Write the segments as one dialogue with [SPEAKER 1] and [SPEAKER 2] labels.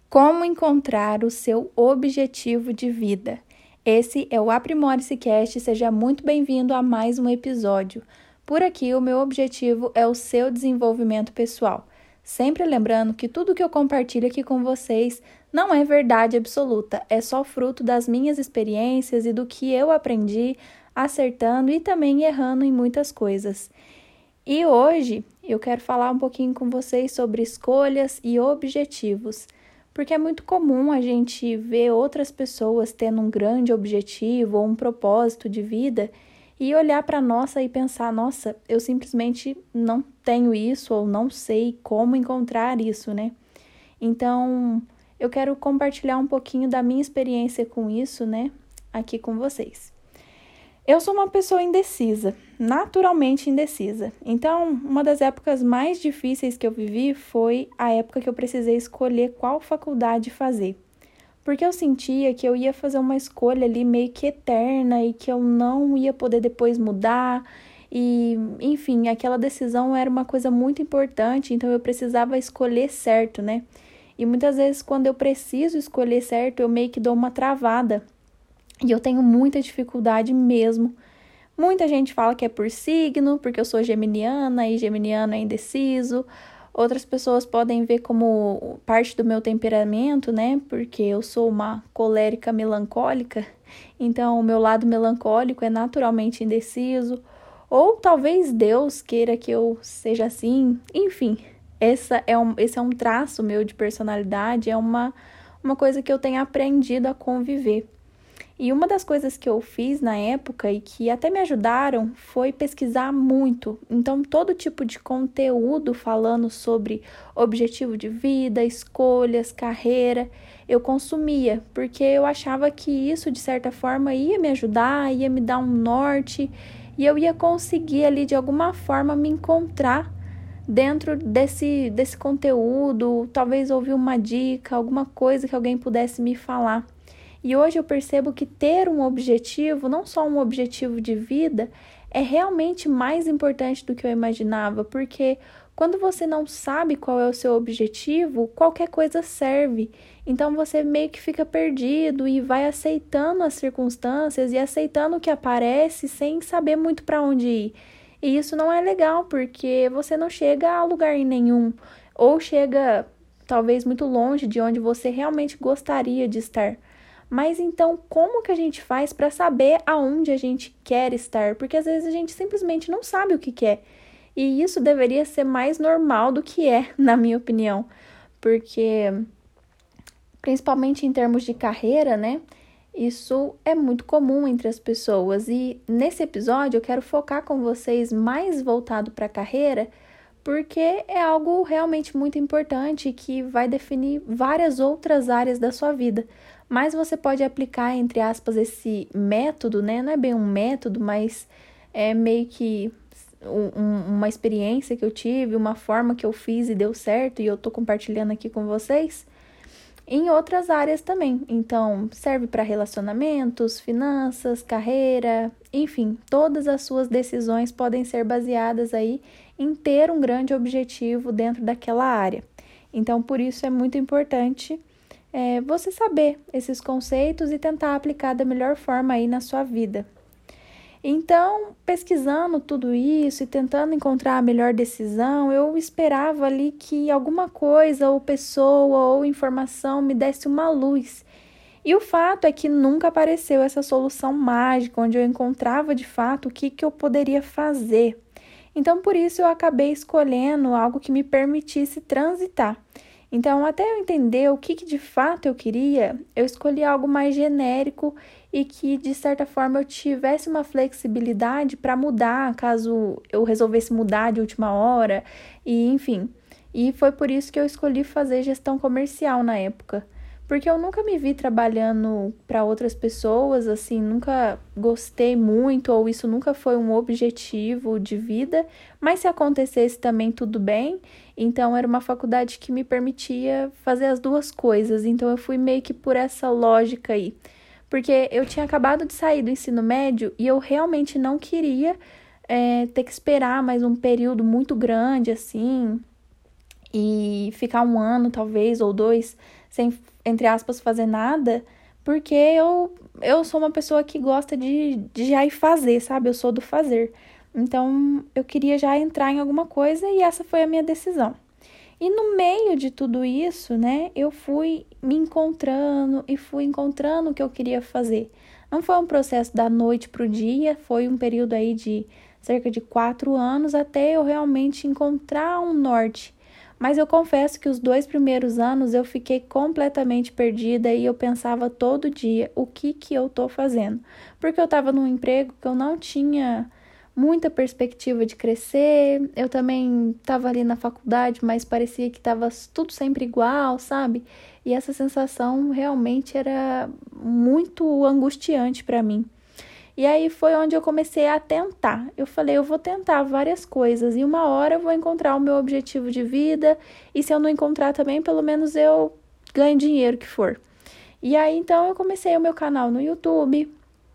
[SPEAKER 1] Como encontrar o seu objetivo de vida? Esse é o Aprimore-se Cast, seja muito bem-vindo a mais um episódio. Por aqui, o meu objetivo é o seu desenvolvimento pessoal. Sempre lembrando que tudo que eu compartilho aqui com vocês não é verdade absoluta, é só fruto das minhas experiências e do que eu aprendi, acertando e também errando em muitas coisas. E hoje eu quero falar um pouquinho com vocês sobre escolhas e objetivos. Porque é muito comum a gente ver outras pessoas tendo um grande objetivo ou um propósito de vida e olhar para a nossa e pensar, nossa, eu simplesmente não tenho isso ou não sei como encontrar isso, né? Então, eu quero compartilhar um pouquinho da minha experiência com isso, né, aqui com vocês. Eu sou uma pessoa indecisa, naturalmente indecisa. Então, uma das épocas mais difíceis que eu vivi foi a época que eu precisei escolher qual faculdade fazer. Porque eu sentia que eu ia fazer uma escolha ali meio que eterna e que eu não ia poder depois mudar. E, enfim, aquela decisão era uma coisa muito importante, então eu precisava escolher certo, né? E muitas vezes, quando eu preciso escolher certo, eu meio que dou uma travada. E eu tenho muita dificuldade mesmo. Muita gente fala que é por signo, porque eu sou geminiana e geminiano é indeciso. Outras pessoas podem ver como parte do meu temperamento, né? Porque eu sou uma colérica melancólica. Então, o meu lado melancólico é naturalmente indeciso. Ou talvez Deus queira que eu seja assim. Enfim, esse é um traço meu de personalidade, é uma coisa que eu tenho aprendido a conviver. E uma das coisas que eu fiz na época e que até me ajudaram foi pesquisar muito. Então, todo tipo de conteúdo falando sobre objetivo de vida, escolhas, carreira, eu consumia, porque eu achava que isso, de certa forma, ia me ajudar, ia me dar um norte e eu ia conseguir ali, de alguma forma, me encontrar dentro desse conteúdo, talvez ouvir uma dica, alguma coisa que alguém pudesse me falar. E hoje eu percebo que ter um objetivo, não só um objetivo de vida, é realmente mais importante do que eu imaginava, porque quando você não sabe qual é o seu objetivo, qualquer coisa serve. Então você meio que fica perdido e vai aceitando as circunstâncias e aceitando o que aparece sem saber muito para onde ir. E isso não é legal, porque você não chega a lugar nenhum, ou chega talvez muito longe de onde você realmente gostaria de estar. Mas então, como que a gente faz para saber aonde a gente quer estar? Porque às vezes a gente simplesmente não sabe o que quer. E isso deveria ser mais normal do que é, na minha opinião. Porque, principalmente em termos de carreira, né? Isso é muito comum entre as pessoas. E nesse episódio eu quero focar com vocês mais voltado para a carreira, porque é algo realmente muito importante que vai definir várias outras áreas da sua vida. Mas você pode aplicar, entre aspas, esse método, né? Não é bem um método, mas é meio que uma experiência que eu tive, uma forma que eu fiz e deu certo e eu tô compartilhando aqui com vocês, em outras áreas também. Então, serve para relacionamentos, finanças, carreira, enfim, todas as suas decisões podem ser baseadas aí em ter um grande objetivo dentro daquela área. Então, por isso é muito importante você saber esses conceitos e tentar aplicar da melhor forma aí na sua vida. Então, pesquisando tudo isso e tentando encontrar a melhor decisão, eu esperava ali que alguma coisa, ou pessoa, ou informação me desse uma luz. E o fato é que nunca apareceu essa solução mágica, onde eu encontrava de fato o que eu poderia fazer. Então, por isso, eu acabei escolhendo algo que me permitisse transitar. Então, até eu entender o que de fato eu queria, eu escolhi algo mais genérico e que, de certa forma, eu tivesse uma flexibilidade para mudar, caso eu resolvesse mudar de última hora, e enfim. E foi por isso que eu escolhi fazer gestão comercial na época. Porque eu nunca me vi trabalhando para outras pessoas, assim, nunca gostei muito, ou isso nunca foi um objetivo de vida, mas se acontecesse também tudo bem. Então era uma faculdade que me permitia fazer as duas coisas, então eu fui meio que por essa lógica aí. Porque eu tinha acabado de sair do ensino médio e eu realmente não queria ter que esperar mais um período muito grande, assim, e ficar um ano, talvez, ou dois, sem, entre aspas, fazer nada, porque eu sou uma pessoa que gosta de já ir fazer, sabe? Eu sou do fazer. Então, eu queria já entrar em alguma coisa e essa foi a minha decisão. E no meio de tudo isso, né, eu fui me encontrando e fui encontrando o que eu queria fazer. Não foi um processo da noite para o dia, foi um período aí de cerca de 4 anos até eu realmente encontrar um norte. Mas eu confesso que os 2 primeiros anos eu fiquei completamente perdida e eu pensava todo dia o que eu tô fazendo. Porque eu estava num emprego que eu não tinha muita perspectiva de crescer, eu também estava ali na faculdade, mas parecia que estava tudo sempre igual, sabe? E essa sensação realmente era muito angustiante para mim. E aí foi onde eu comecei a tentar. Eu falei, eu vou tentar várias coisas e uma hora eu vou encontrar o meu objetivo de vida e se eu não encontrar também, pelo menos eu ganho dinheiro que for. E aí então eu comecei o meu canal no YouTube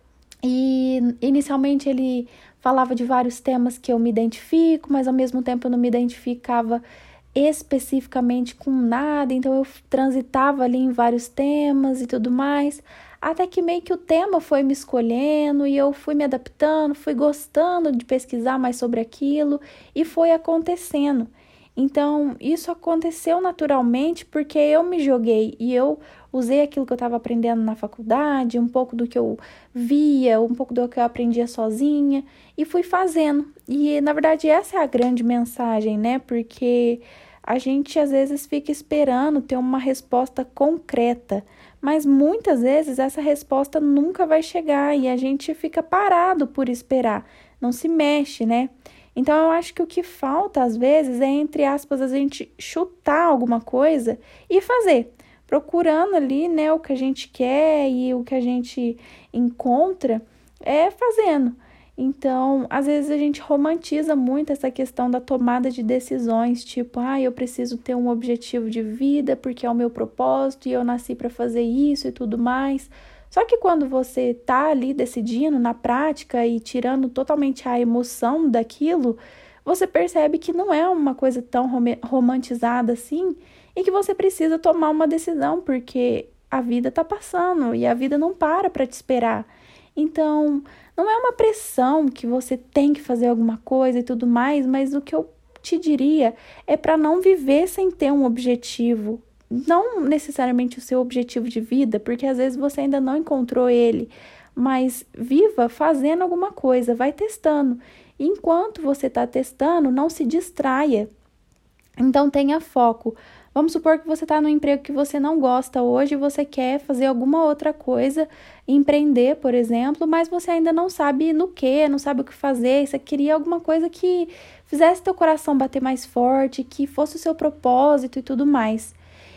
[SPEAKER 1] e inicialmente ele falava de vários temas que eu me identifico, mas ao mesmo tempo eu não me identificava especificamente com nada, então eu transitava ali em vários temas e tudo mais, até que meio que o tema foi me escolhendo e eu fui me adaptando, fui gostando de pesquisar mais sobre aquilo e foi acontecendo. Então, isso aconteceu naturalmente porque eu me joguei e eu usei aquilo que eu estava aprendendo na faculdade, um pouco do que eu via, um pouco do que eu aprendia sozinha e fui fazendo. E, na verdade, essa é a grande mensagem, né? Porque a gente, às vezes, fica esperando ter uma resposta concreta, mas muitas vezes essa resposta nunca vai chegar e a gente fica parado por esperar, não se mexe, né? Então, eu acho que o que falta, às vezes, é, entre aspas, a gente chutar alguma coisa e fazer, procurando ali, né, o que a gente quer e o que a gente encontra, fazendo. Então, às vezes a gente romantiza muito essa questão da tomada de decisões, tipo, eu preciso ter um objetivo de vida porque é o meu propósito e eu nasci para fazer isso e tudo mais. Só que quando você tá ali decidindo na prática e tirando totalmente a emoção daquilo, você percebe que não é uma coisa tão romantizada assim e que você precisa tomar uma decisão, porque a vida tá passando e a vida não para te esperar. Então, não é uma pressão que você tem que fazer alguma coisa e tudo mais, mas o que eu te diria é para não viver sem ter um objetivo. Não necessariamente o seu objetivo de vida, porque às vezes você ainda não encontrou ele, mas viva fazendo alguma coisa, vai testando. E enquanto você está testando, não se distraia. Então tenha foco. Vamos supor que você está num emprego que você não gosta hoje e você quer fazer alguma outra coisa, empreender, por exemplo, mas você ainda não sabe no que, não sabe o que fazer, você queria alguma coisa que fizesse teu coração bater mais forte, que fosse o seu propósito e tudo mais.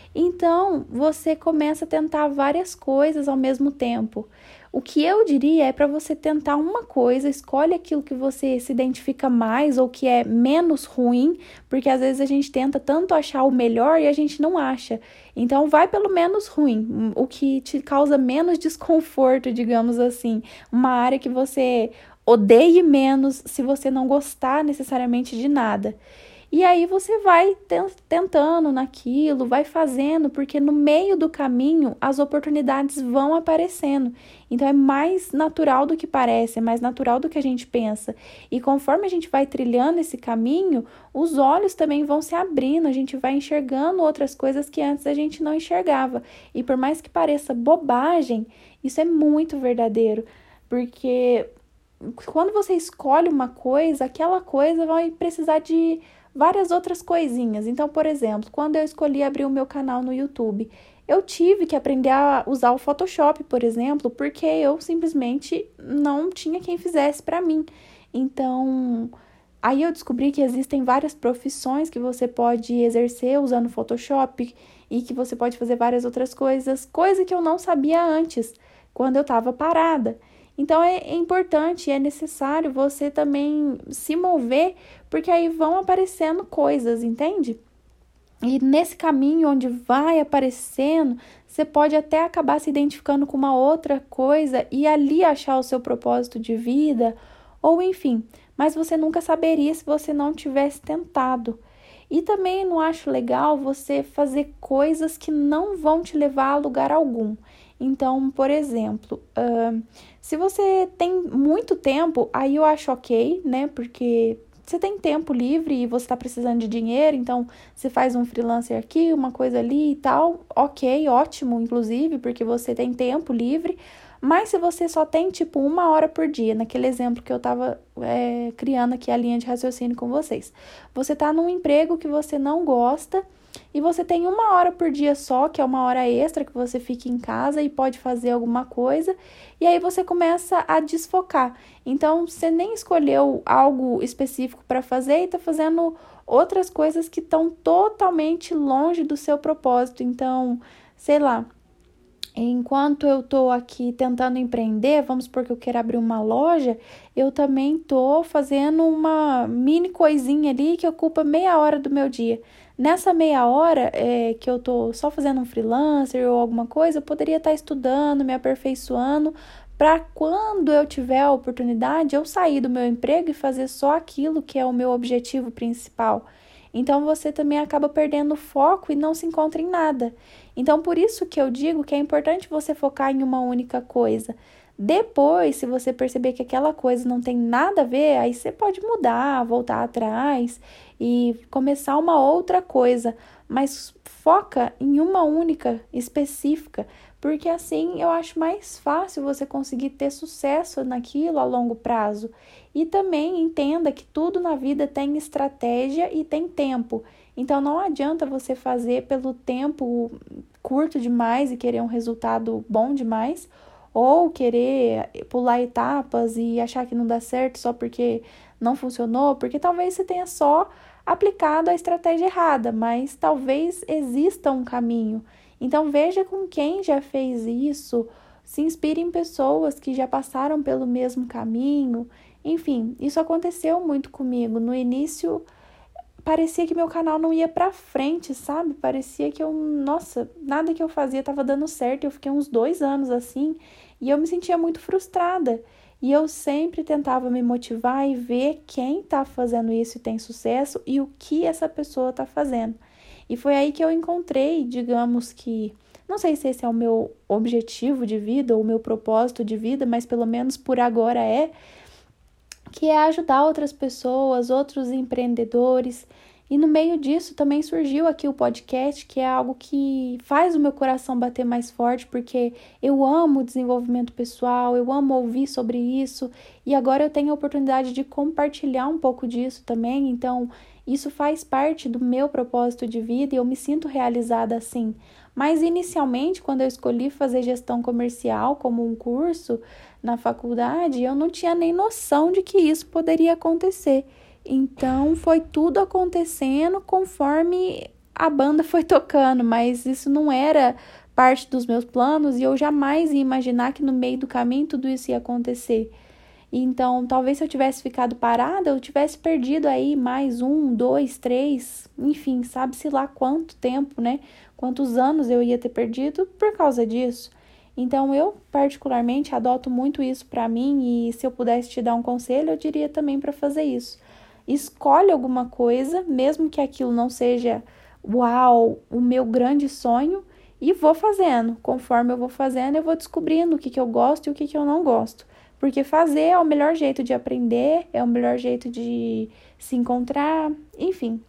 [SPEAKER 1] Então, você começa a tentar várias coisas ao mesmo tempo. O que eu diria é para você tentar uma coisa, escolhe aquilo que você se identifica mais ou que é menos ruim, porque às vezes a gente tenta tanto achar o melhor e a gente não acha. Então, vai pelo menos ruim, o que te causa menos desconforto, digamos assim. Uma área que você odeie menos se você não gostar necessariamente de nada. E aí você vai tentando naquilo, vai fazendo, porque no meio do caminho as oportunidades vão aparecendo. Então é mais natural do que parece, é mais natural do que a gente pensa. E conforme a gente vai trilhando esse caminho, os olhos também vão se abrindo, a gente vai enxergando outras coisas que antes a gente não enxergava. E por mais que pareça bobagem, isso é muito verdadeiro, porque quando você escolhe uma coisa, aquela coisa vai precisar de várias outras coisinhas. Então, por exemplo, quando eu escolhi abrir o meu canal no YouTube, eu tive que aprender a usar o Photoshop, por exemplo, porque eu simplesmente não tinha quem fizesse para mim. Então, aí eu descobri que existem várias profissões que você pode exercer usando o Photoshop e que você pode fazer várias outras coisas, coisa que eu não sabia antes, quando eu estava parada. Então, é importante e é necessário você também se mover, porque aí vão aparecendo coisas, entende? E nesse caminho onde vai aparecendo, você pode até acabar se identificando com uma outra coisa e ali achar o seu propósito de vida, ou enfim, mas você nunca saberia se você não tivesse tentado. E também não acho legal você fazer coisas que não vão te levar a lugar algum. Então, por exemplo, se você tem muito tempo, aí eu acho ok, né? Porque você tem tempo livre e você está precisando de dinheiro, então você faz um freelancer aqui, uma coisa ali e tal, ok, ótimo, inclusive, porque você tem tempo livre. Mas se você só tem, tipo, 1 hora por dia, naquele exemplo que eu tava criando aqui a linha de raciocínio com vocês. Você tá num emprego que você não gosta e você tem 1 hora por dia só, que é 1 hora extra que você fica em casa e pode fazer alguma coisa, e aí você começa a desfocar. Então, você nem escolheu algo específico para fazer e tá fazendo outras coisas que estão totalmente longe do seu propósito. Então, sei lá. Enquanto eu tô aqui tentando empreender, vamos supor que eu quero abrir uma loja, eu também tô fazendo uma mini coisinha ali que ocupa meia hora do meu dia. Nessa meia hora que eu tô só fazendo um freelancer ou alguma coisa, eu poderia estar estudando, me aperfeiçoando, para quando eu tiver a oportunidade, eu sair do meu emprego e fazer só aquilo que é o meu objetivo principal. Então, você também acaba perdendo o foco e não se encontra em nada. Então, por isso que eu digo que é importante você focar em uma única coisa. Depois, se você perceber que aquela coisa não tem nada a ver, aí você pode mudar, voltar atrás e começar uma outra coisa. Mas foca em uma única, específica, porque assim eu acho mais fácil você conseguir ter sucesso naquilo a longo prazo. E também entenda que tudo na vida tem estratégia e tem tempo. Então não adianta você fazer pelo tempo curto demais e querer um resultado bom demais, ou querer pular etapas e achar que não dá certo só porque não funcionou, porque talvez você tenha só aplicado a estratégia errada, mas talvez exista um caminho. Então veja com quem já fez isso, se inspire em pessoas que já passaram pelo mesmo caminho. Enfim, isso aconteceu muito comigo. No início, parecia que meu canal não ia pra frente, sabe? Parecia que nossa, nada que eu fazia tava dando certo. Eu fiquei uns 2 anos assim e eu me sentia muito frustrada. E eu sempre tentava me motivar e ver quem tá fazendo isso e tem sucesso e o que essa pessoa tá fazendo. E foi aí que eu encontrei, digamos que, não sei se esse é o meu objetivo de vida ou o meu propósito de vida, mas pelo menos por agora que é ajudar outras pessoas, outros empreendedores. E no meio disso também surgiu aqui o podcast, que é algo que faz o meu coração bater mais forte, porque eu amo desenvolvimento pessoal, eu amo ouvir sobre isso, e agora eu tenho a oportunidade de compartilhar um pouco disso também, então isso faz parte do meu propósito de vida e eu me sinto realizada assim. Mas inicialmente, quando eu escolhi fazer gestão comercial como um curso na faculdade, eu não tinha nem noção de que isso poderia acontecer. Então, foi tudo acontecendo conforme a banda foi tocando, mas isso não era parte dos meus planos e eu jamais ia imaginar que no meio do caminho tudo isso ia acontecer. Então, talvez se eu tivesse ficado parada, eu tivesse perdido aí mais 1, 2, 3, enfim, sabe-se lá quanto tempo, né? Quantos anos eu ia ter perdido por causa disso. Então, eu particularmente adoto muito isso para mim e se eu pudesse te dar um conselho, eu diria também para fazer isso. Escolhe alguma coisa, mesmo que aquilo não seja, uau, o meu grande sonho, e vou fazendo. Conforme eu vou fazendo, eu vou descobrindo o que eu gosto e o que eu não gosto. Porque fazer é o melhor jeito de aprender, é o melhor jeito de se encontrar, enfim.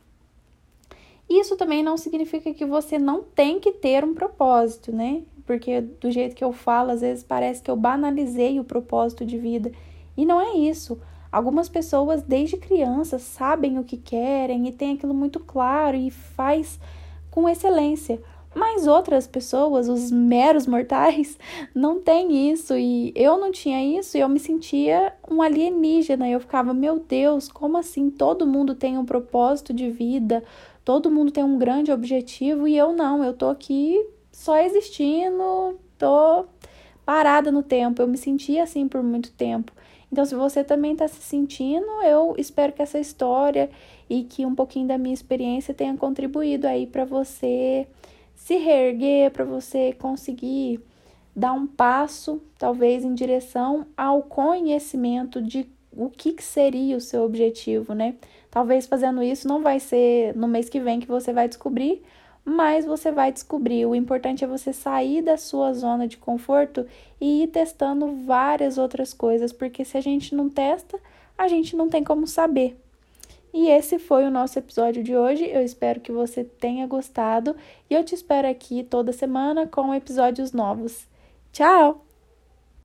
[SPEAKER 1] Isso também não significa que você não tem que ter um propósito, né? Porque do jeito que eu falo, às vezes parece que eu banalizei o propósito de vida. E não é isso. Algumas pessoas, desde crianças, sabem o que querem e têm aquilo muito claro e faz com excelência. Mas outras pessoas, os meros mortais, não têm isso. E eu não tinha isso e eu me sentia um alienígena. Eu ficava, meu Deus, como assim? Todo mundo tem um propósito de vida, todo mundo tem um grande objetivo e eu não. Eu tô aqui só existindo, tô parada no tempo. Eu me sentia assim por muito tempo. Então, se você também está se sentindo, eu espero que essa história e que um pouquinho da minha experiência tenha contribuído aí para você se reerguer, para você conseguir dar um passo, talvez, em direção ao conhecimento de o que seria o seu objetivo, né? Talvez fazendo isso não vai ser no mês que vem que você vai descobrir, mas você vai descobrir. O importante é você sair da sua zona de conforto e ir testando várias outras coisas, porque se a gente não testa, a gente não tem como saber. E esse foi o nosso episódio de hoje. Eu espero que você tenha gostado e eu te espero aqui toda semana com episódios novos. Tchau!